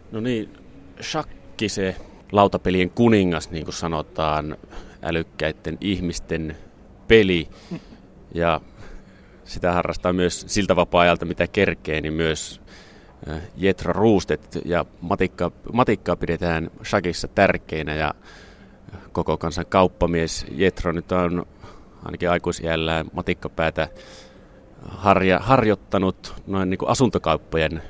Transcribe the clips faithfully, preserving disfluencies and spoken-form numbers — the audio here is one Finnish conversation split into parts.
No niin, shakki, se lautapelien kuningas, niin kuin sanotaan, älykkäiden ihmisten peli. Ja sitä harrastaa myös siltä vapaa-ajalta, mitä kerkee, niin myös Jethro Roostet. Ja matikkaa, matikkaa pidetään shakissa tärkeinä ja koko kansan kauppamies Jethro nyt on ainakin aikuisiällään matikkapäätä harja, harjoittanut noin niin kuin asuntokauppojen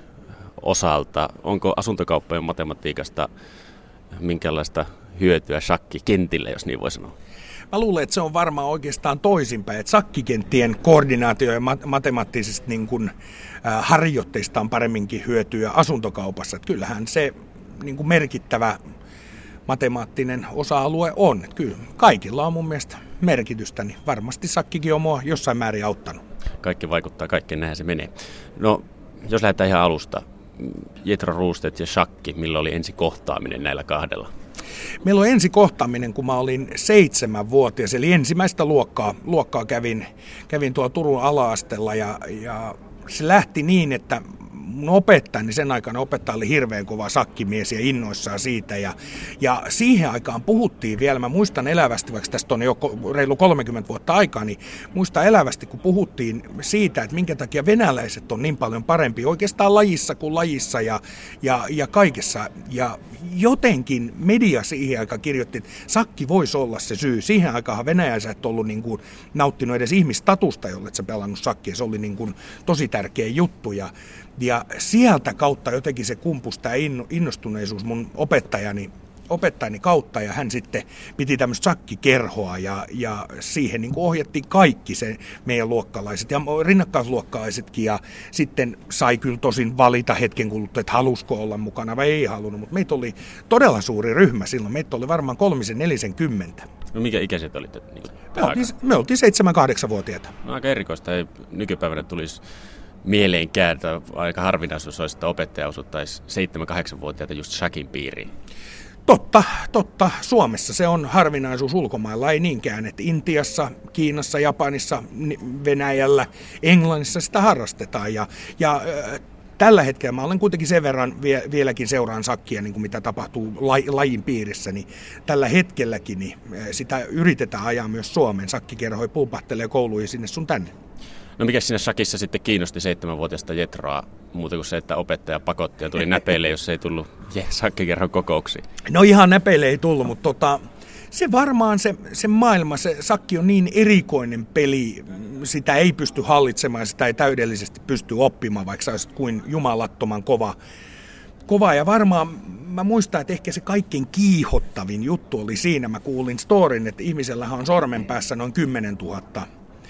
osalta. Onko asuntokauppojen matematiikasta minkälaista hyötyä shakkikentille, jos niin voi sanoa? Mä luulen, että se on varmaan oikeastaan toisinpäin, että shakkikenttien koordinaatio ja matemaattisista niin kuin, äh, harjoitteista on paremminkin hyötyä asuntokaupassa. Että kyllähän se niin kuin merkittävä matemaattinen osa-alue on. Että kyllä kaikilla on mun mielestä merkitystä, niin varmasti shakkikin on mua jossain määrin auttanut. Kaikki vaikuttaa, kaikkeen näinhän se menee. No, jos lähdetään ihan alusta. Jethro Roostet ja shakki, milloin oli ensi kohtaaminen näillä kahdella? Meillä on ensi kohtaaminen, kun mä olin seitsemänvuotias, eli ensimmäistä luokkaa, luokkaa kävin, kävin tuolla Turun ala-asteella ja, ja se lähti niin, että mun opettajani, sen aikana opettaja oli hirveän kova shakkimies ja innoissaan siitä. Ja, ja siihen aikaan puhuttiin vielä, mä muistan elävästi, vaikka tästä on jo reilu kolmekymmentä vuotta aikaa, niin muistan elävästi, kun puhuttiin siitä, että minkä takia venäläiset on niin paljon parempi oikeastaan lajissa kuin lajissa ja, ja, ja kaikessa. Ja jotenkin media siihen aikaan kirjoitti, että shakki voisi olla se syy. Siihen aikaan venäläiset et ollut niin kuin nauttinut edes ihmistatusta, jolle sä pelannut shakkia. Se oli niin kuin tosi tärkeä juttu. Ja, ja sieltä kautta jotenkin se kumpusi tämä innostuneisuus mun opettajani, opettajani kautta, ja hän sitten piti tämmöistä shakkikerhoa, ja, ja siihen niin kuin ohjattiin kaikki se meidän luokkalaiset ja rinnakkaisluokkalaisetkin, ja sitten sai kyllä tosin valita hetken kuluttua, että halusko olla mukana vai ei halunnut, mutta meitä oli todella suuri ryhmä silloin, meitä oli varmaan kolmisen nelisen kymmentä. No mikä ikäiset olitte? Niin me, oltiin, me oltiin seitsemän kahdeksan-vuotiaita. No aika erikoista, ei nykypäivänä tulisi mieleen kääntä. Aika harvinaisuus olisi, että opettaja osuttaisi seitsemän kahdeksan vuotiaita just shakin piiriin. Totta, totta. Suomessa se on harvinaisuus, ulkomailla ei niinkään, että Intiassa, Kiinassa, Japanissa, Venäjällä, Englannissa sitä harrastetaan. Ja, ja äh, tällä hetkellä mä olen kuitenkin sen verran vie, vieläkin seuraan shakkia, niin kuin mitä tapahtuu laj, lajin piirissä, niin tällä hetkelläkin niin sitä yritetään ajaa myös Suomeen. Shakkikerhoja pulpahtelee kouluihin sinne sun tänne. No mikä siinä shakissa sitten kiinnosti seitsemänvuotiaista Jethroa, muuta kuin se, että opettaja pakotti ja tuli näpeille, jos ei tullut shakkikerhon kokouksiin? No ihan näpeille ei tullut, mutta tota, se varmaan se, se maailma, se shakki on niin erikoinen peli, sitä ei pysty hallitsemaan, sitä ei täydellisesti pysty oppimaan, vaikka sä olisit kuin jumalattoman kova. kova. Ja varmaan mä muistan, että ehkä se kaikkein kiihottavin juttu oli siinä, mä kuulin storin, että ihmisellähän on sormen päässä noin kymmenen tuhatta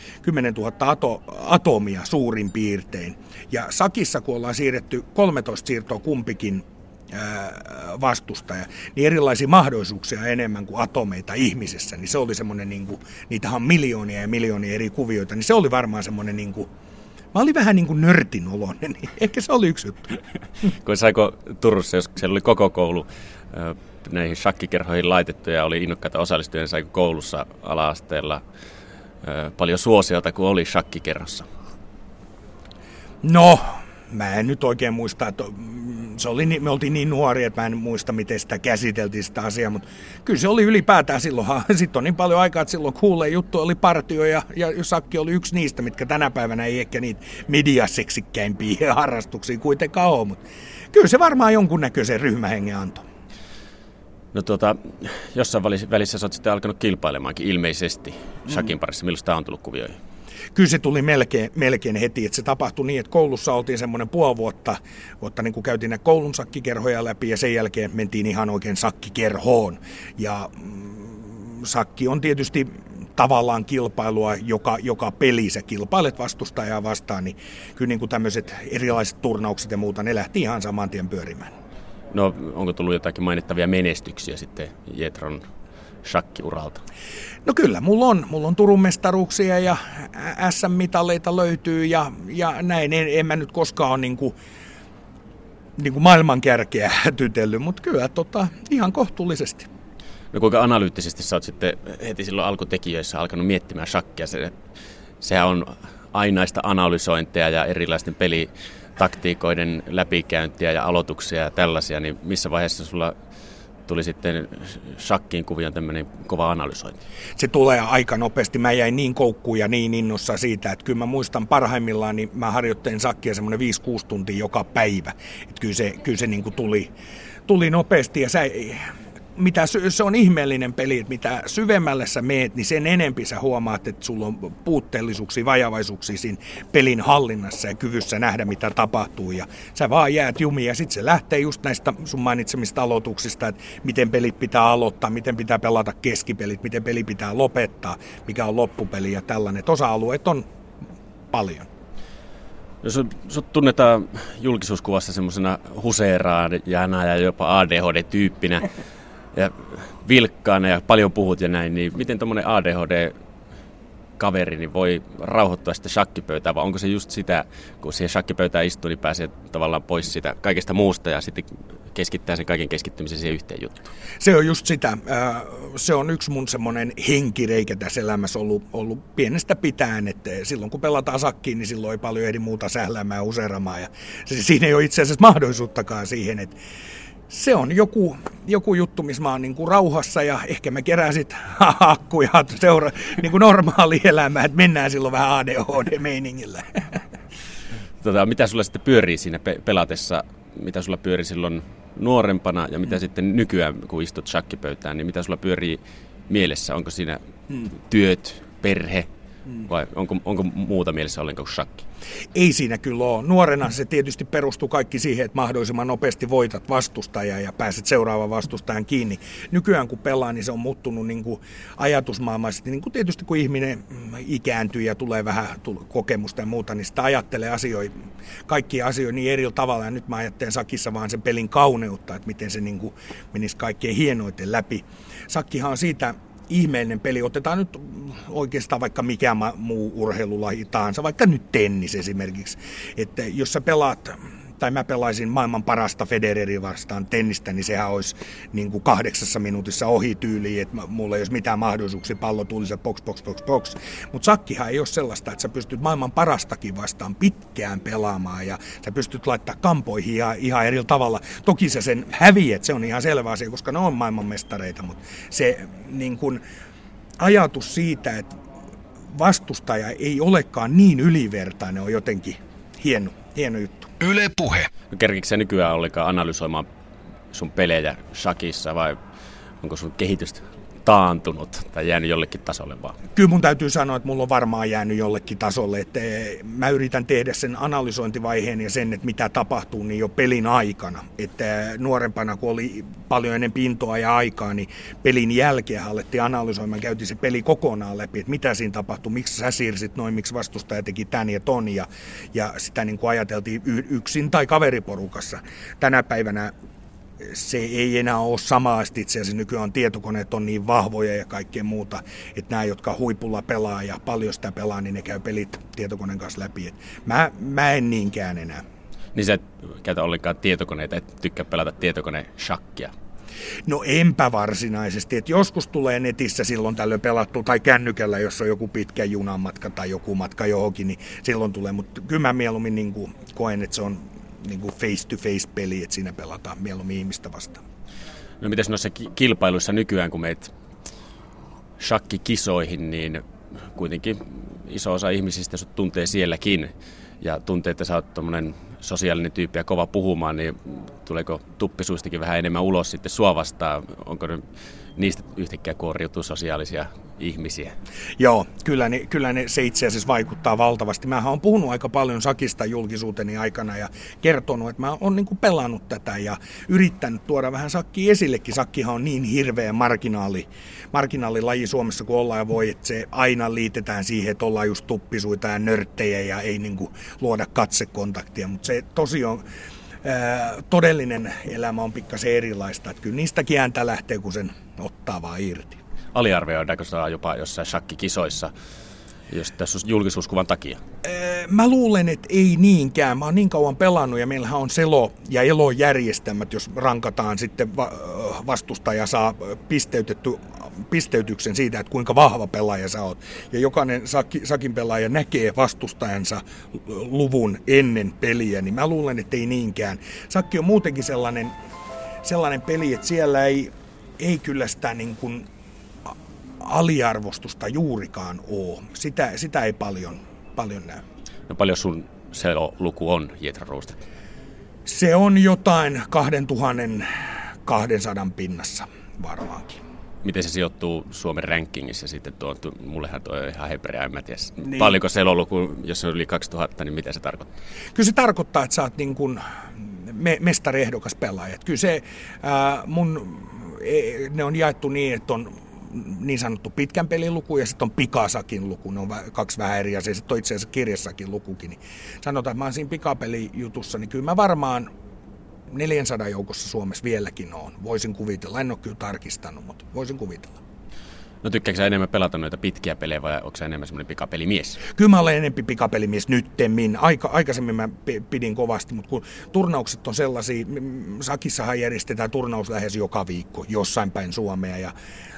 ato, atomia suurin piirtein. Ja shakissa, kun ollaan siirretty kolmetoista siirtoa kumpikin ää, vastustaja, niin erilaisia mahdollisuuksia enemmän kuin atomeita ihmisessä. Niin se oli semmoinen, niin kuin, niitähän on miljoonia ja miljoonia eri kuvioita, niin se oli varmaan semmoinen, niin kuin, mä olin vähän niin kuin nörtin oloinen, niin ehkä se oli yksi juttu. Kun saiko Turussa, jos siellä oli koko koulu näihin shakkikerhoihin laitettu ja oli innokkaita osallistujia, niin saiko koulussa ala-asteella paljon suosiota, kun oli shakkikerhossa? No, mä en nyt oikein muista, että se oli, me oltiin niin nuoria, että mä en muista, miten sitä käsiteltiin sitä asiaa, mutta kyllä se oli ylipäätään silloinhan, sitten on niin paljon aikaa, että silloin kuulee juttu oli partio ja, ja shakki oli yksi niistä, mitkä tänä päivänä ei ehkä niitä mediaseksikkäimpiä harrastuksia kuitenkaan ole, mutta kyllä se varmaan jonkunnäköisen ryhmähengen antoi. No tuota, jossain välissä sä oot sitten alkanut kilpailemaankin ilmeisesti shakin parissa. Milloin tämä on tullut kuvioihin? Kyllä se tuli melkein, melkein heti, että se tapahtui niin, että koulussa oltiin semmoinen puoli vuotta, vuotta niin kuin käytiin näitä koulun shakkikerhoja läpi ja sen jälkeen mentiin ihan oikein shakkikerhoon. Ja mm, shakki on tietysti tavallaan kilpailua, joka, joka peli sä kilpailet vastustajaa vastaan, niin kyllä niin kuin tämmöiset erilaiset turnaukset ja muuta, ne lähti ihan saman tien pyörimään. No, onko tullut jotakin mainittavia menestyksiä sitten Jethron shakkiuralta? No kyllä, mulla on, mulla on Turun mestaruuksia ja äs äm-mitaleita löytyy ja, ja näin. En, en mä nyt koskaan ole niin kuin, niin kuin maailmankärkeä tytellyt, mutta kyllä tota, ihan kohtuullisesti. No kuinka analyyttisesti sä oot sitten heti silloin alkutekijöissä alkanut miettimään shakkia? Se, sehän on ainaista analysointia ja erilaisten peli taktiikoiden läpikäyntiä ja aloituksia ja tällaisia, niin missä vaiheessa sulla tuli sitten shakkiin kuvion tämmöinen kova analysointi? Se tulee aika nopeasti. Mä jäin niin koukkuun ja niin innossa siitä, että kyllä mä muistan parhaimmillaan, niin mä harjoittelin shakkia semmoinen viisi kuusi tuntia joka päivä. Että kyllä se, kyllä se niin kuin tuli, tuli nopeasti ja sä, mitä, se on ihmeellinen peli, että mitä syvemmälle sä meet, niin sen enempi sä huomaat, että sulla on puutteellisuuksia, vajavaisuuksia siinä pelin hallinnassa ja kyvyssä nähdä, mitä tapahtuu. Ja sä vaan jäät jumiin ja sitten se lähtee just näistä sun mainitsemista aloituksista, että miten pelit pitää aloittaa, miten pitää pelata keskipelit, miten peli pitää lopettaa, mikä on loppupeli ja tällainen. Et osa-alueet on paljon. Jos sut tunnetaan julkisuuskuvassa semmoisena huseeraajana ja jopa A D H D-tyyppinä, ja vilkkaana ja paljon puhut ja näin, niin miten tuommoinen A D H D-kaveri niin voi rauhoittua sitä shakkipöytää, vai onko se just sitä, kun siihen shakkipöytään istuu, niin pääsee tavallaan pois sitä kaikesta muusta ja sitten keskittää sen kaiken keskittymisen siihen yhteen juttuun? Se on just sitä. Se on yksi mun semmoinen henkireikä tässä elämässä ollut, ollut pienestä pitäen, että silloin kun pelataan shakkiin, niin silloin ei paljon ehdi muuta sähläämään ja useeramaan, ja siinä ei ole itse asiassa mahdollisuuttakaan siihen, että se on joku, joku juttu, missä mä oon niin kuin rauhassa ja ehkä mä kerään sit hakkuja seura, niin kuin normaali elämää, että mennään silloin vähän A D H D-meiningillä. Tota, mitä sulla sitten pyörii siinä pe- pelatessa, mitä sulla pyörii silloin nuorempana ja mitä mm. sitten nykyään, kun istut shakkipöytään, niin mitä sulla pyörii mielessä? Onko siinä mm. työt, perhe mm. vai onko, onko muuta mielessä ollenkaan kuin shakki? Ei siinä kyllä ole. Nuorena se tietysti perustuu kaikki siihen, että mahdollisimman nopeasti voitat vastustajaa ja pääset seuraavan vastustajan kiinni. Nykyään kun pelaa, niin se on muuttunut niin kuin ajatusmaailmaisesti. Niin kuin tietysti kun ihminen ikääntyy ja tulee vähän kokemusta ja muuta, niin sitä ajattelee asioita, kaikkia asioita niin eri tavalla. Ja nyt mä ajattelen shakissa vaan sen pelin kauneutta, että miten se niin kuin menisi kaikkein hienoiten läpi. Shakkihan on siitä ihmeellinen peli. Otetaan nyt oikeastaan vaikka mikä muu urheilulaji tahansa, vaikka nyt tennis esimerkiksi. Että jos sä pelaat, tai mä pelaisin maailman parasta Federeria vastaan tennistä, niin sehän olisi niin kuin kahdeksassa minuutissa ohi tyyliin, että mulla ei olisi mitään mahdollisuuksia, pallo tulisi box, box, box, box. Mutta shakkihan ei ole sellaista, että sä pystyt maailman parastakin vastaan pitkään pelaamaan ja sä pystyt laittaa kampoihin ihan, ihan eri tavalla. Toki sä sen häviät, se on ihan selvä asia, koska ne on maailmanmestareita, mutta se niin kuin ajatus siitä, että vastustaja ei olekaan niin ylivertainen, on jotenkin hieno, hieno juttu. Yle Puhe. No, kerkikö sä nykyään ollenkaan analysoimaan sun pelejä shakissa vai onko sun kehitystä taantunut tai jäänyt jollekin tasolle vaan? Kyllä mun täytyy sanoa, että mulla on varmaan jäänyt jollekin tasolle. Että mä yritän tehdä sen analysointivaiheen ja sen, että mitä tapahtuu, niin jo pelin aikana. Että nuorempana, kun oli paljon ennen pintoa ja aikaa, niin pelin jälkeen alettiin analysoimaan. Käytiin se peli kokonaan läpi, että mitä siinä tapahtui, miksi sä siirsit noin, miksi vastustaja teki tän ja ton. Ja, ja sitä niin kuin ajateltiin yksin tai kaveriporukassa. Tänä päivänä se ei enää ole samaasti, itse asiassa nykyään on tietokoneet on niin vahvoja ja kaikkea muuta, että nämä, jotka huipulla pelaa ja paljon sitä pelaa, niin ne käy pelit tietokoneen kanssa läpi. Et mä, mä en niinkään enää. Niin sä et käytä ollenkaan tietokoneita, et tykkää pelata tietokoneen shakkia? No enpä varsinaisesti, että joskus tulee netissä silloin tällöin pelattu tai kännykällä, jos on joku pitkä junamatka tai joku matka johonkin, niin silloin tulee, mutta kyllä mä mieluummin niin kuin koen, että se on niin kuin face-to-face-peli, että siinä pelataan mieluummin ihmistä vastaan. No mitäs noissa kilpailuissa nykyään, kun meet shakkikisoihin, niin kuitenkin iso osa ihmisistä sut tuntee sielläkin ja tuntee, että sä oot tommonen sosiaalinen tyyppi ja kova puhumaan, niin tuleeko tuppisuistakin vähän enemmän ulos sitten sua vastaan? Onko ne niistä yhtäkkiä kuoriutuu sosiaalisia ihmisiä? Joo, kyllä, ne, kyllä ne, se itse asiassa vaikuttaa valtavasti. Mä oon puhunut aika paljon shakista julkisuuteni aikana ja kertonut, että mä oon niin kuin pelannut tätä ja yrittänyt tuoda vähän shakkia esillekin. Shakkihan on niin hirveä marginaali, marginaalilaji Suomessa kuin ollaan ja voi, että se aina liitetään siihen, että ollaan just tuppisuita ja nörttejä ja ei niin kuin luoda katsekontaktia, mutta se tosiaan todellinen elämä on pikkasen erilaista. Että kyllä niistä kiäntä lähtee, kun sen ottaa vaan irti. Aliarvioidaanko saa jopa jossain shakkikisoissa Jos tässä on julkisuuskuvan takia? Mä luulen, että ei niinkään. Mä oon niin kauan pelannut ja meillähän on selo- ja elojärjestelmät, jos rankataan sitten vastustaja saa pisteytetty, pisteytyksen siitä, että kuinka vahva pelaaja sä oot. Ja jokainen sakin pelaaja näkee vastustajansa luvun ennen peliä, niin mä luulen, että ei niinkään. Sakki on muutenkin sellainen, sellainen peli, että siellä ei, ei kyllä sitä niin kuin aliarvostusta juurikaan ole. Sitä, sitä ei paljon, paljon näy. No paljon sun seloluku on, Jetro Roosted? Se on jotain kaksituhattakaksisataa pinnassa varmaankin. Miten se sijoittuu Suomen rankingissa sitten? Tuo, mullehan tuo on ihan hebreä, en mä tiedä. Niin. Paljonko seloluku, jos se on yli kaksituhatta, niin mitä se tarkoittaa? Kyllä se tarkoittaa, että sä oot niin kuin me, mestariehdokas pelaaja. Kyllä se ää, mun, ne on jaettu niin, että on niin sanottu pitkän pelin luku ja sitten on pikasakin luku. Ne on kaksi vähän eri asiaa. Sitten on itse asiassa kirjassakin lukukin. Niin sanotaan, että mä oon siinä pikapelijutussa, niin kyllä mä varmaan neljäsataa joukossa Suomessa vieläkin on. Voisin kuvitella. En ole kyllä tarkistanut, mutta voisin kuvitella. No tykkääkö sä enemmän pelata noita pitkiä pelejä vai onko sä enemmän semmoinen pikapelimies? Kyllä mä olen enemmän pikapelimies nyttemmin. Aika, aikaisemmin mä pidin kovasti, mutta kun turnaukset on sellaisia, Sakissahan järjestetään turnaus lähes joka viikko jossain päin Suomea ja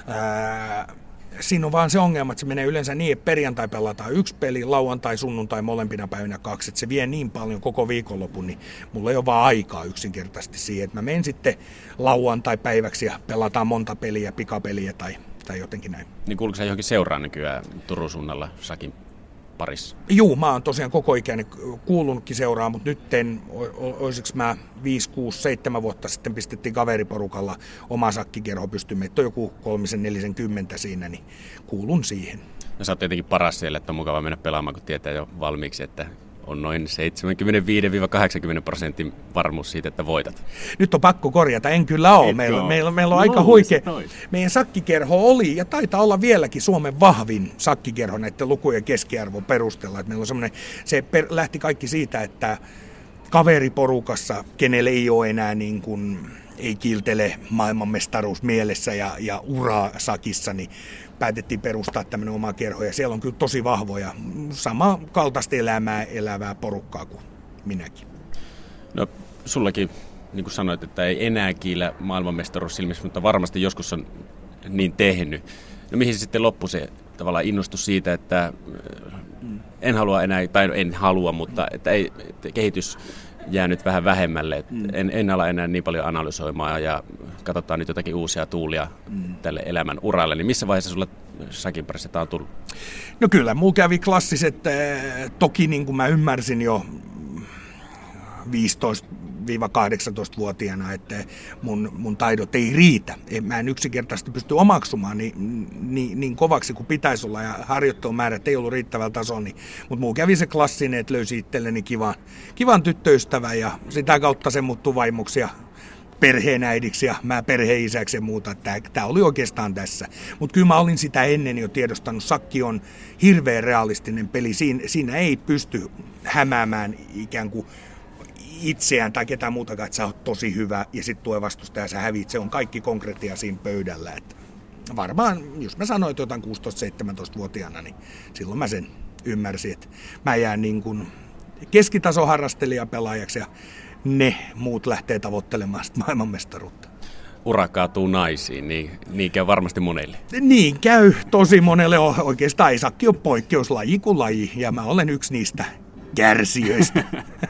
ää, siinä on vaan se ongelma, että se menee yleensä niin, että perjantai pelataan yksi peli, lauantai, sunnuntai molempina päivinä kaksi. Että se vie niin paljon koko viikonlopun, niin mulla ei ole vaan aikaa yksinkertaisesti siihen. Että mä menen sitten lauantai päiväksi ja pelataan monta peliä, pikapeliä tai, tai jotenkin näin. Niin kuuluuko sä johonkin seuraan nykyään Turun suunnalla Sakin parissa? Juu, mä oon tosiaan koko ikäni kuulunutkin seuraan, mutta nyt en, olisiko mä viisi, kuusi, seitsemän vuotta sitten pistettiin kaveriporukalla oma sakkikerho pystyyn. Meitä on joku kolmisen, nelisen, kymmentä siinä, niin kuulun siihen. No sä oot tietenkin paras siellä, että on mukava mennä pelaamaan, kun tietää jo valmiiksi, että on noin seitsemänkymmentäviisi kahdeksankymmentä prosentin varmuus siitä, että voitat. Nyt on pakko korjata, en kyllä ole. Meillä, meillä, meillä on no, aika huikea. Meidän sakkikerho oli ja taitaa olla vieläkin Suomen vahvin sakkikerho näiden lukujen keskiarvon perusteella. Että meillä on semmoinen, se per, lähti kaikki siitä, että kaveriporukassa, kenelle ei ole enää niin kuin, ei kiiltele maailmanmestaruus mielessä ja, ja uraa sakissa, niin päätettiin perustaa tämmöinen oma kerho. Ja siellä on kyllä tosi vahvoja, sama kaltaista elämää elävää porukkaa kuin minäkin. No sullakin, niin kuin sanoit, että ei enää kiillä maailmanmestaruus silmissä, mutta varmasti joskus on niin tehnyt. No mihin se sitten loppui se tavallaan innostus siitä, että en halua enää, tai en halua, mutta että ei, että kehitys jää nyt vähän vähemmälle. Mm. En, en ala enää niin paljon analysoimaan ja katsotaan nyt jotakin uusia tuulia mm. tälle elämän uralle. Niin missä vaiheessa sulla sakin parissa tämä on tullut? No kyllä, mulla kävi klassiset, toki niin kuin mä ymmärsin jo viisitoista kahdeksantoista-vuotiaana, että mun, mun taidot ei riitä. Mä en yksinkertaisesti pysty omaksumaan niin, niin, niin kovaksi kuin pitäisi olla ja harjoittelumäärät ei ollut riittävällä tasolla. Niin, mutta mulla kävi se klassinen, että löysi itselleni kivan, kivan tyttöystävän ja sitä kautta se muuttui vaimoksi ja perheenäidiksi ja mä perheenisäksi ja muuta. Tämä oli oikeastaan tässä. Mutta kyllä mä olin sitä ennen jo tiedostanut. Sakki on hirveän realistinen peli. Siinä, siinä ei pysty hämäämään ikään kuin itseään tai ketään muutakaan, että sä oot tosi hyvä ja sitten tuo vastustaja sä hävit. Se on kaikki konkreettia siinä pöydällä. Että varmaan, jos mä sanoin jotain kuusitoista-seitsemäntoista-vuotiaana, niin silloin mä sen ymmärsin, että mä jään niin kuin keskitasoharrastelijapelaajaksi ja ne muut lähtee tavoittelemaan sitä maailmanmestaruutta. Ura kaatuu naisiin, niin, niin käy varmasti monelle. Niin käy tosi monelle. Oikeastaan Sakki on poikkeuslaji kuin laji ja mä olen yksi niistä kärsijöistä.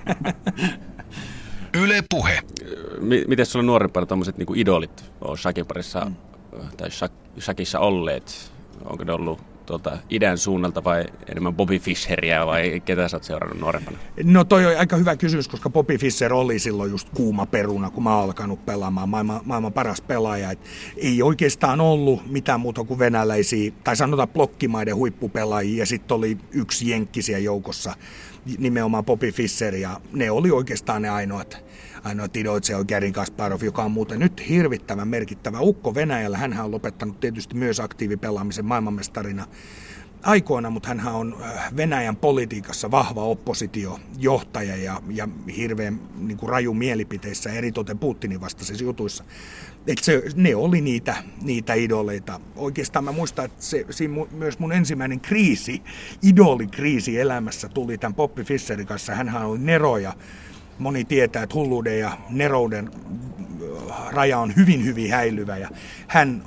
Yle Puhe. Miten sulla nuorempana tommoset niinku idolit on shakin parissa mm. tai shakissa olleet? Onko ne ollut tuolta idän suunnalta vai enemmän Bobby Fischeria vai ketä sä oot seurannut nuorempana? No toi on aika hyvä kysymys, koska Bobby Fischer oli silloin just kuuma peruna, kun mä oon alkanut pelaamaan. Maailman, maailman paras pelaaja. Et ei oikeastaan ollut mitään muuta kuin venäläisiä, tai sanotaan blokkimaiden huippupelaajia, ja sitten oli yksi jenkkisiä joukossa, nimenomaan Bobby Fischer, ja ne oli oikeastaan ne ainoat, ainoat idoit. Se on Garry Kasparov, joka on muuten nyt hirvittävän merkittävä ukko Venäjällä. Hänhän on lopettanut tietysti myös aktiivipelaamisen maailmanmestarina aikoina, mutta hänhän on Venäjän politiikassa vahva oppositiojohtaja ja, ja hirveän niin kuin raju mielipiteissä, eritoten Putinin vastaisissa jutuissa. Että se, ne oli niitä, niitä idoleita. Oikeastaan mä muistan, että se, siinä myös mun ensimmäinen kriisi, idolikriisi elämässä tuli tämän Bobby Fischerin kanssa. Hänhän oli Nero ja moni tietää, että hulluuden ja nerouden raja on hyvin, hyvin häilyvä ja hän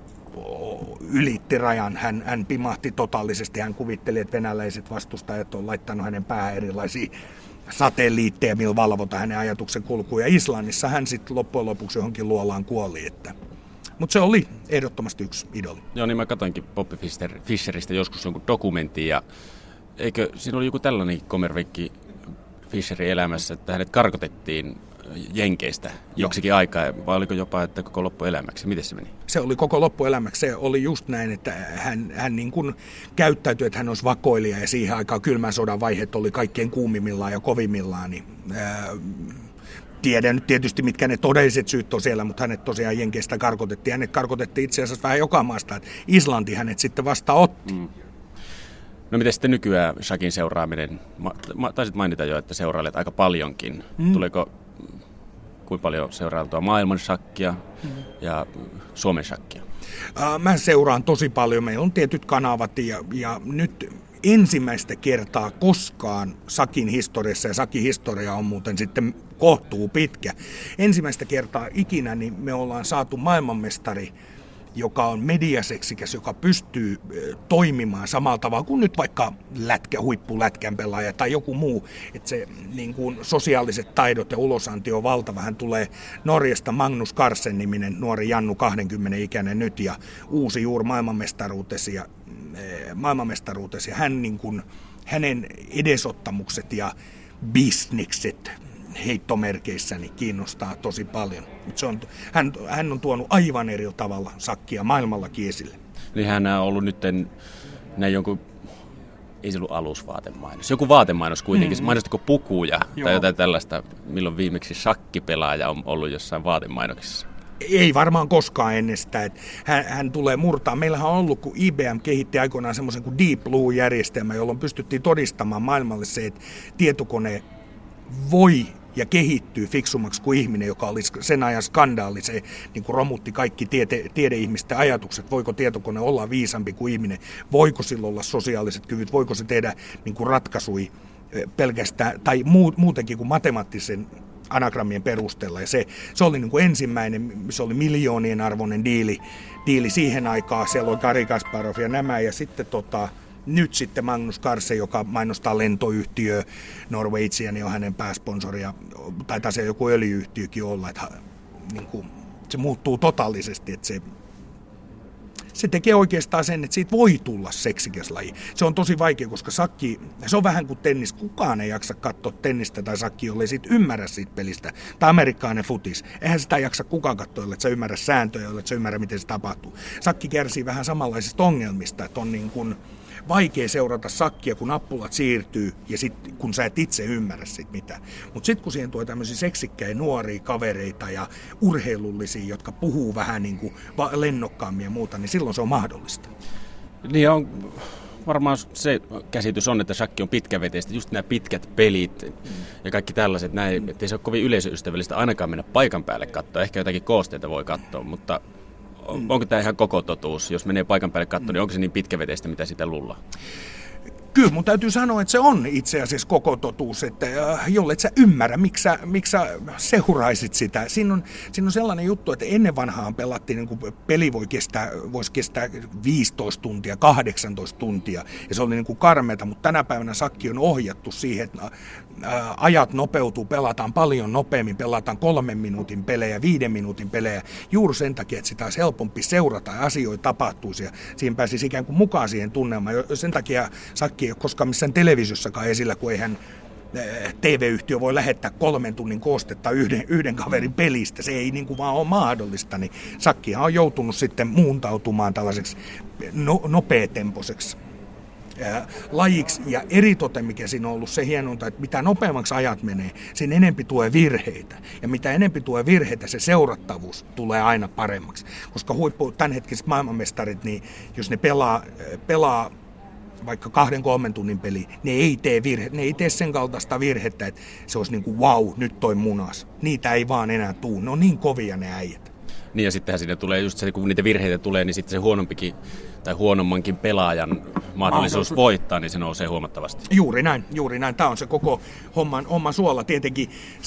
ylitti rajan, hän, hän pimahti totaalisesti, hän kuvitteli, että venäläiset vastustajat on laittanut hänen päähän erilaisia satelliitteja, millä valvota hänen ajatuksen kulkuun. Ja Islannissa hän sitten loppujen lopuksi johonkin luolaan kuoli. Että. Mutta se oli ehdottomasti yksi idoli. Joo, niin mä katsoinkin Bobby Fischer, Fischeristä joskus jonkun dokumentin, ja eikö siinä oli joku tällainen kommervenkki Fischerin elämässä, että hänet karkotettiin Jenkeistä joksikin aikaa, vai oliko jopa, että koko loppuelämäksi? Miten se meni? Se oli koko loppuelämäksi. Se oli just näin, että hän, hän niin kuin käyttäytyi, että hän olisi vakoilija, ja siihen aikaan kylmän sodan vaiheet oli kaikkein kuumimmillaan ja kovimmillaan. Niin, ää, tiedän nyt tietysti, mitkä ne todelliset syyt on siellä, mutta hänet tosiaan Jenkeistä karkotettiin. Hänet karkotettiin itse asiassa vähän joka maasta, että Islanti hänet sitten vasta otti. Mm. No miten sitten nykyään shakin seuraaminen? Ma, ma, taisit mainita jo, että seurailet aika paljonkin. Mm. Tuleeko kuinka paljon seurailtua maailman shakkia mm. ja Suomen shakkia? Mä seuraan tosi paljon. Meillä on tietyt kanavat ja, ja nyt ensimmäistä kertaa koskaan shakin historiassa, ja shakin historia on muuten sitten kohtuu pitkä. Ensimmäistä kertaa ikinä niin me ollaan saatu maailmanmestari, joka on mediaseksikäs, joka pystyy toimimaan samalla tavalla kuin nyt vaikka lätkä, huippulätkän pelaaja tai joku muu. Että se niin kuin sosiaaliset taidot ja ulosanti on valtava. Hän tulee Norjasta, Magnus Carlsen-niminen nuori Jannu, kaksikymmentä ikäinen nyt, ja uusi juuri maailmanmestaruutesi. Ja, maailmanmestaruutesi. Ja hän, niin kuin, hänen edesottamukset ja bisnikset heittomerkeissä niin kiinnostaa tosi paljon. Se on, hän, hän on tuonut aivan eri tavalla shakkia maailmallakin esille. Niin hän on ollut nyt näin jonkun, ei se ollut alusvaatemainos, joku vaatemainos kuitenkin, mm-hmm. mainostiko pukuja Joo. tai jotain tällaista, milloin viimeksi shakkipelaaja on ollut jossain vaatemainoksissa? Ei varmaan koskaan ennen sitä, että hän, hän tulee murtaa. Meillähän on ollut, kun I B M kehitti aikoinaan semmoisen kuin Deep Blue-järjestelmä, jolloin pystyttiin todistamaan maailmalle se, että tietokone voi ja kehittyy fiksummaksi kuin ihminen, joka oli sen ajan skandaali. Se niin kuin romutti kaikki tiede, tiedeihmisten ajatukset. Voiko tietokone olla viisampi kuin ihminen? Voiko sillä olla sosiaaliset kyvyt? Voiko se tehdä niin kuin ratkaisui pelkästään tai muutenkin kuin matemaattisen anagrammien perusteella. Ja se, se oli niin kuin ensimmäinen, se oli miljoonien arvoinen diili, diili siihen aikaan. Siellä oli Garri Kasparov ja nämä. Ja sitten tota, nyt sitten Magnus Carlsen, joka mainostaa lentoyhtiö, Norwegian, niin on hänen pääsponsoria, tai taas joku öljyyhtiökin olla, että niin kuin, se muuttuu totaalisesti, että se, se tekee oikeastaan sen, että siitä voi tulla seksikäs laji. Se on tosi vaikea, koska shakki, se on vähän kuin tennis, kukaan ei jaksa katsoa tennistä tai shakkia, jollei siitä ymmärrä siitä pelistä. Tai amerikkalainen futis, eihän sitä jaksa kukaan katsoa, että sä ymmärrä sääntöjä, että sä ymmärrä, miten se tapahtuu. Shakki kärsii vähän samanlaisista ongelmista, että on niin kuin vaikea seurata shakkia, kun nappulat siirtyy ja sit, kun sä et itse ymmärrä sit mitään. Mutta sitten kun siihen tuo tämmöisiä seksikkäitä nuoria kavereita ja urheilullisia, jotka puhuu vähän niin kuin lennokkaammin ja muuta, niin silloin se on mahdollista. Niin on, varmaan se käsitys on, että shakki on pitkäveteistä, just nämä pitkät pelit mm. ja kaikki tällaiset näin, ettei se ole kovin yleisöystävällistä ainakaan mennä paikan päälle katsoa. Ehkä jotakin koosteita voi katsoa, mutta onko tämä ihan koko totuus? Jos menee paikan päälle katsoa, niin onko se niin pitkäveteistä, mitä sitä luullaan? Kyllä, mun täytyy sanoa, että se on itse asiassa koko totuus, että jollet sä ymmärrä, miksi sä, miksi sä seuraisit sitä. Siinä on, siinä on sellainen juttu, että ennen vanhaan pelattiin, niin kuin peli voi kestää, voisi kestää viisitoista tuntia, kahdeksantoista tuntia, ja se oli niin kuin karmeata, mutta tänä päivänä shakki on ohjattu siihen, että ajat nopeutuu, pelataan paljon nopeammin, pelataan kolmen minuutin pelejä, viiden minuutin pelejä, juuri sen takia, että sitä olisi helpompi seurata ja asioita tapahtuisi, ja siihen pääsisi ikään kuin mukaan siihen tunnelmaan. Sen takia shakki ei ole koskaan missään televisiossakaan esillä, kun eihän T V-yhtiö voi lähettää kolmen tunnin koostetta yhden, yhden kaverin pelistä. Se ei niin kuin vaan ole mahdollista. Niin shakkihan on joutunut sitten muuntautumaan tällaiseksi no, nopeatempoiseksi lajiksi, ja eritoten mikä siinä on ollut se hienonta, että mitä nopeammaksi ajat menee, sen enempi tulee virheitä. Ja mitä enempi tulee virheitä, se seurattavuus tulee aina paremmaksi. Koska huippu tämänhetkiset maailmanmestarit, niin jos ne pelaa, pelaa vaikka kahden kolmen tunnin peli, ne ei tee virhe, ne ei tee sen kaltaista virhettä, että se olisi niin kuin wow, nyt toi munas. Niitä ei vaan enää tuu, ne on niin kovia ne äijät. Niin ja sittenhän siinä tulee just se, kun niitä virheitä tulee, niin sitten se huonompikin tai huonommankin pelaajan mahdollisuus voittaa, niin se nousee huomattavasti. Juuri näin, juuri näin. Tämä on se koko homman, homman suola. Tietenkin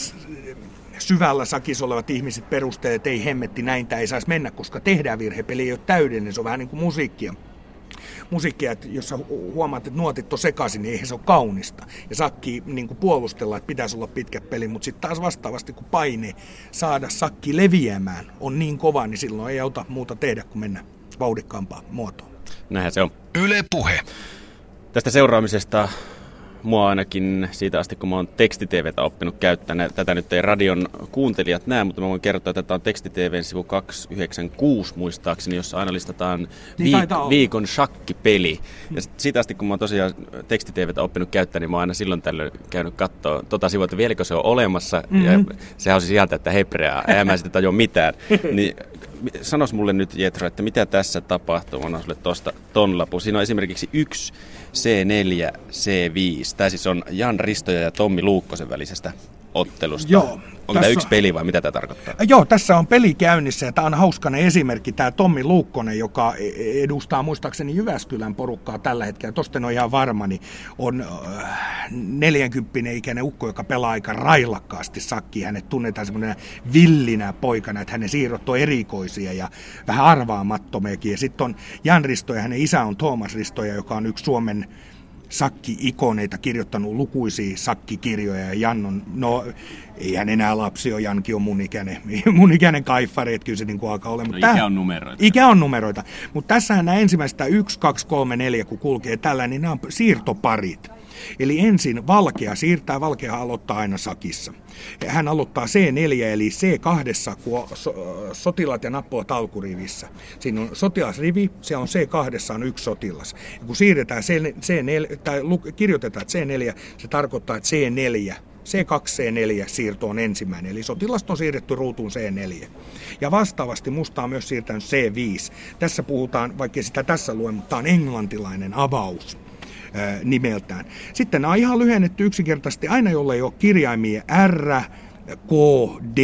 syvällä sakissa olevat ihmiset perustelee, että ei hemmetti, näin tämä ei saisi mennä, koska tehdään virhepeli, ei ole täydellinen, se on vähän niin kuin musiikkia. Musiikkia, että jos sä huomaat, että nuotit on sekaisin, niin eihän se ole kaunista. Ja sakki niin kuin puolustella, että pitäisi olla pitkä peli, mutta sitten taas vastaavasti, kun paine saada sakki leviämään on niin kova, niin silloin ei auta muuta tehdä kuin mennä vauhdikkaampaan muotoon. Näinhän se on. Yle Puhe. Tästä seuraamisesta mua ainakin siitä asti, kun mä oon teksti-tv:tä oppinut käyttämään. Tätä nyt ei radion kuuntelijat näe, mutta mä voin kertoa, että tätä on teksti-tv:n sivu kaksisataayhdeksänkymmentäkuusi muistaakseni, jossa aina listataan niin viik- viikon shakkipeli. Ja siitä asti, kun mä oon tosiaan teksti-tv:tä oppinut käyttämään, niin mä oon aina silloin tällöin käynyt katsoa tota sivua, että vieläkö se on olemassa. Mm-hmm. Ja sehän on siis sieltä, että hebreaa, eihän mä sitten tajua mitään. Niin sanos mulle nyt, Jetro, että mitä tässä tapahtuu? Mä annan sulle tosta ton lapun. Siinä on esimerkiksi yksi C neljä C viisi. Tämä siis on Jan Ristoja ja Tommi Luukkosen välisestä ottelusta. Joo. Onko tämä yksi peli vai mitä tämä tarkoittaa? Joo, tässä on peli käynnissä ja tämä on hauskainen esimerkki. Tämä Tommi Luukkonen, joka edustaa muistaakseni Jyväskylän porukkaa tällä hetkellä, tosta en ole ihan varma, niin on neljänkymppinen ikäinen ukko, joka pelaa aika railakkaasti sakkia. Hänet tunnetaan semmoinen villinä poikana, että hänen siirrot on erikoisia ja vähän arvaamattomiakin. Ja sitten on Jan Ristoja, hänen isä on Tuomas Ristoja, joka on yksi Suomen sakki-ikoneita, kirjoittanut lukuisia sakkikirjoja ja Jan on, no ei hän enää lapsi ole, Jankin on mun ikäinen, mun ikäinen kaiffari, että kyllä se niin kuin alkaa olla. No, ikä on numeroita. Ikä on numeroita, mutta tässähän nämä ensimmäistä yksi, kaksi, kolme, neljä, kun kulkee tällä, niin nämä on siirtoparit. Eli ensin valkea siirtää, valkea aloittaa aina sakissa. Hän aloittaa C neljä eli C kaksi, kun on sotilaat ja nappulat alkurivissä. Siinä on sotilasrivi, siellä on C kaksi on yksi sotilas. Ja kun siirretään C neljä, tai kirjoitetaan C neljä, se tarkoittaa, että C neljä, C kaksi C neljä siirto on ensimmäinen, eli sotilasta on siirretty ruutuun C neljä. Ja vastaavasti musta on myös siirtänyt C viisi. Tässä puhutaan, vaikka sitä tässä luen, mutta tämä on englantilainen avaus nimeltään. Sitten nämä on ihan lyhennetty yksinkertaisesti aina, jolle ei ole kirjaimia R, K, D,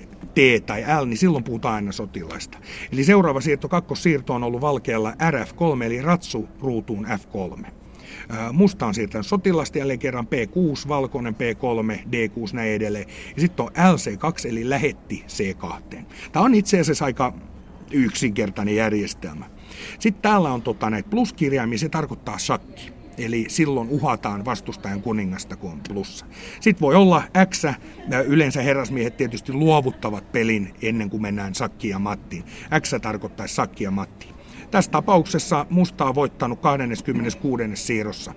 T tai L, niin silloin puhutaan aina sotilaista. Eli seuraava siirto, kakkossiirto on ollut valkealla R F kolme, eli ratsu ruutuun F kolme. Musta on siirtänyt sotilasta jälleen kerran P kuusi, valkoinen P kolme, D kuusi, näin edelleen. Ja sitten on L C kaksi, eli lähetti C kaksi. Tämä on itse asiassa aika yksinkertainen järjestelmä. Sitten täällä on tota, näitä pluskirjaimia, se tarkoittaa shakki. Eli silloin uhataan vastustajan kuningasta, kun on plussa. Sitten voi olla X, yleensä herrasmiehet tietysti luovuttavat pelin ennen kuin mennään sakkiin ja mattiin. X tarkoittaa sakki ja matti. Tässä tapauksessa musta on voittanut kaksikymmentäkuusi siirrossa.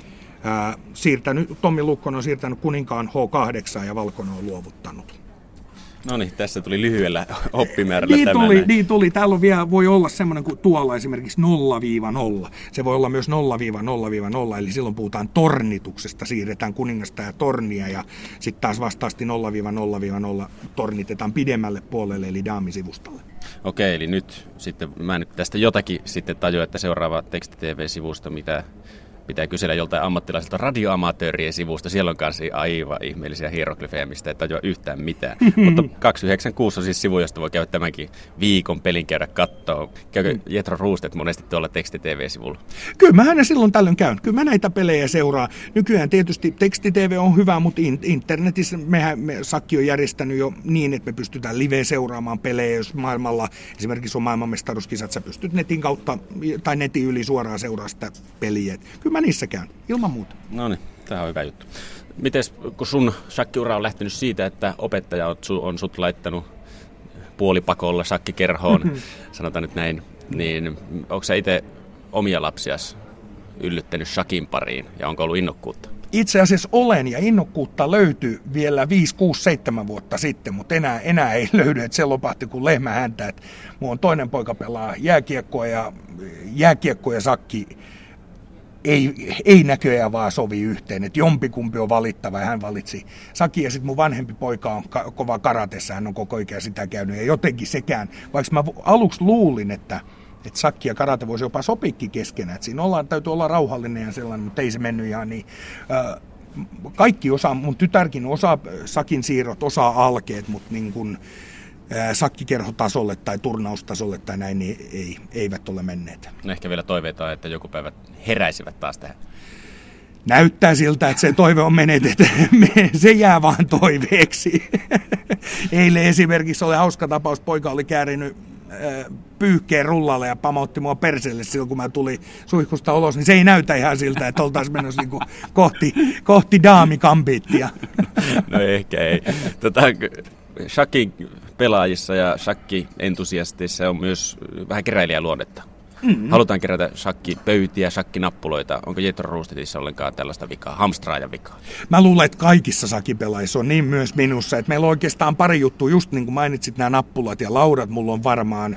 Ää, siirtänyt, Tommi Luukkonen on siirtänyt kuninkaan H kahdeksan ja valkoinen on luovuttanut. No niin, tässä tuli lyhyellä oppimäärällä niin tämä. Tuli, niin tuli. Täällä on vielä, voi olla semmoinen kuin tuolla esimerkiksi nolla nolla. Se voi olla myös nolla nolla nolla, eli silloin puhutaan tornituksesta. Siirretään kuningasta ja tornia ja sitten taas vastaasti nolla nolla nolla tornitetaan pidemmälle puolelle, eli daamisivustalle. Okei, eli nyt sitten, mä nyt tästä jotakin sitten tajua, että seuraava teksti-tv-sivusto, mitä pitää kysellä joltain ammattilaiselta radioamatöörien sivusta. Siellä on kanssa aivan ihmeellisiä hieroglyfejä, mistä ei tajua yhtään mitään. Mutta kaksisataayhdeksänkymmentäkuusi on siis sivu, josta voi käydä tämänkin viikon pelin käydä katsoa. Käykö Jetro Ruustet monesti tuolla teksti-tv-sivulla? Kyllä mä aina silloin tällöin käyn. Kyllä mä näitä pelejä seuraa. Nykyään tietysti teksti-tv on hyvä, mutta internetissä mehän me, Sakki on järjestänyt jo niin, että me pystytään live seuraamaan pelejä. Jos maailmalla esimerkiksi on maailmanmestaruuskisat, sä pystyt netin kautta tai netin yli suoraan seuraa sitä peliä. Kyllä mä niissä käyn, ilman muuta. No niin, tämä on hyvä juttu. Mites, kun sun shakkiura on lähtenyt siitä, että opettaja on, on sut laittanut puolipakolla shakkikerhoon, sanotaan nyt näin, niin onko sä itse omia lapsias yllyttänyt shakin pariin ja onko ollut innokkuutta? Itse asiassa olen ja innokkuutta löytyi vielä viisi, kuusi, seitsemän vuotta sitten, mutta enää, enää ei löydy, että se lopahti kuin lehmä häntä. Että mun toinen poika pelaa jääkiekkoa ja jääkiekko ja sakki Ei, ei näköjään vaan sovi yhteen, että jompikumpi on valittava ja hän valitsi Saki ja sitten mun vanhempi poika on ka- kova karatessa, hän on koko ikä sitä käynyt ja jotenkin sekään, vaikka mä aluksi luulin, että Että sakki ja karate voisi jopa sopikin keskenään. Et siinä ollaan, täytyy olla rauhallinen ja sellainen, mutta ei se mennyt ihan niin. Kaikki osaa, mun tytärkin osaa sakin siirrot, osaa alkeet, mutta niin kuin sakkikerhotasolle tai turnaustasolle tai näin, niin ei, eivät ole menneet. No ehkä vielä toiveita, että joku päivä heräisivät taas tähän. Näyttää siltä, että se toive on menetetty. Se jää vaan toiveeksi. Eilen esimerkiksi oli hauska tapaus. Poika oli käärinyt pyyhkeen rullalle ja pamautti mua perseelle silloin, kun mä tulin suihkusta ulos, niin se ei näytä ihan siltä, että oltaisiin menossa niin kohti, kohti daamikampiittia. No ehkä ei. Tota, shakin pelaajissa ja shakki-entusiasteissa on myös vähän keräilijäluonnetta. Mm-hmm. Halutaan kerätä shakkipöytiä, shakkinappuloita. Onko Jethro Roostedissa ollenkaan tällaista vikaa, hamstraajan vikaa? Mä luulen, että kaikissa sakipelaajissa on niin myös minussa, että meillä on oikeastaan pari juttua, just niin kuin mainitsit nämä nappulat ja laudat, mulla on varmaan,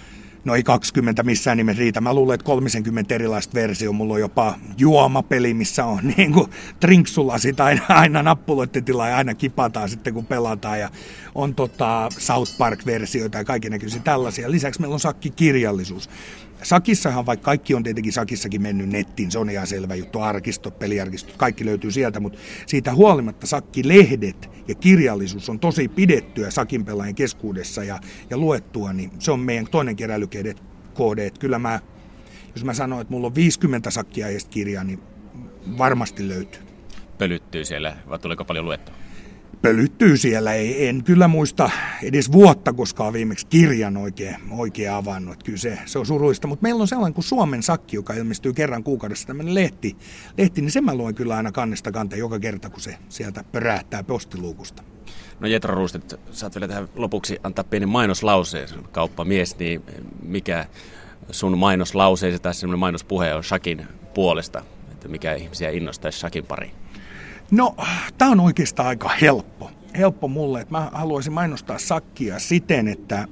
no ei kaksikymmentä missään nimessä riitä. Mä luulen, että kolmekymmentä erilaista versiota. Mulla on jopa juomapeli, missä on niin kuin trinksulasit aina, aina nappuloiden tilaa ja aina kipataan sitten, kun pelataan. Ja on tota South Park-versioita ja kaikennäköisiä tällaisia. Lisäksi meillä on sakkikirjallisuus. Sakissahan, vaikka kaikki on tietenkin sakissakin mennyt nettiin, se on ihan selvä juttu, arkistot, peliarkistot, kaikki löytyy sieltä, mutta siitä huolimatta sakkilehdet ja kirjallisuus on tosi pidettyä sakinpelaajien keskuudessa ja, ja luettua, niin se on meidän toinen keräilykohde, että kyllä mä, jos mä sanon, että mulla on viisikymmentä sakkiaiheista kirjaa, niin varmasti löytyy. Pölyttyy siellä, vai tuleeko paljon luettua? Pölyttyy siellä, ei, en kyllä muista edes vuotta, koska on viimeksi kirjan oikein, oikein avannut. Että kyllä se, se on surullista, mutta meillä on sellainen kuin Suomen sakki, joka ilmestyy kerran kuukaudessa, tämmöinen lehti, lehti, niin sen mä luen kyllä aina kannesta kanteen joka kerta, kun se sieltä pörähtää postiluukusta. No Jethro Roosted, saat vielä tähän lopuksi antaa pienen mainoslauseen, kauppamies, niin mikä sun mainoslauseesi tai semmoinen mainospuhe on shakin puolesta, että mikä ihmisiä innostaisi shakin pariin? No, tämä on oikeastaan aika helppo. Helppo mulle, että mä haluaisin mainostaa sakkia siten, että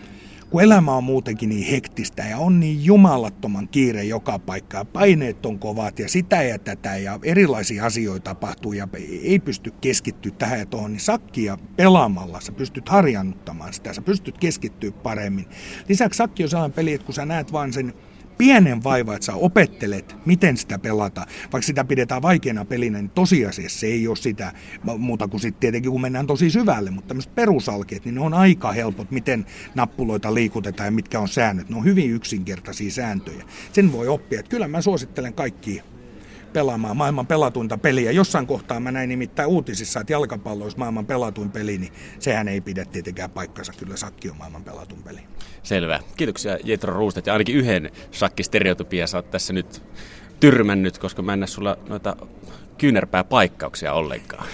kun elämä on muutenkin niin hektistä ja on niin jumalattoman kiire joka paikka ja paineet on kovat ja sitä ja tätä ja erilaisia asioita tapahtuu ja ei pysty keskittyä tähän ja tuohon, niin sakkia pelaamalla sä pystyt harjannuttamaan sitä, sä pystyt keskittyä paremmin. Lisäksi sakki on sellainen peli, että kun sä näet vaan sen pienen vaiva, että sä opettelet, miten sitä pelataan. Vaikka sitä pidetään vaikeana pelinä, niin tosiasiassa se ei ole sitä muuta kuin sitten tietenkin, kun mennään tosi syvälle. Mutta tämmöiset perusalkeet, niin ne on aika helpot, miten nappuloita liikutetaan ja mitkä on säännöt. Ne on hyvin yksinkertaisia sääntöjä. Sen voi oppia. Että kyllä mä suosittelen kaikkia pelaamaan maailman pelatuinta peliä. Jossain kohtaa mä näin nimittäin uutisissa, että jalkapallo olisi maailman pelatuin peli, niin sehän ei pidä tietenkään paikkansa. Kyllä sakki on maailman pelatun peli. Selvä. Kiitoksia Jethro Roosted. Ja ainakin yhden shakkistereotypia sä oot tässä nyt tyrmännyt, koska mä en näe sulla noita kyynärpääpaikkauksia ollenkaan.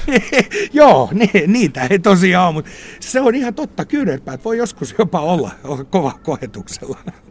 Joo, ne, niitä ei tosiaan ole, mutta se on ihan totta. Kyynärpäät voi joskus jopa olla kova koetuksella.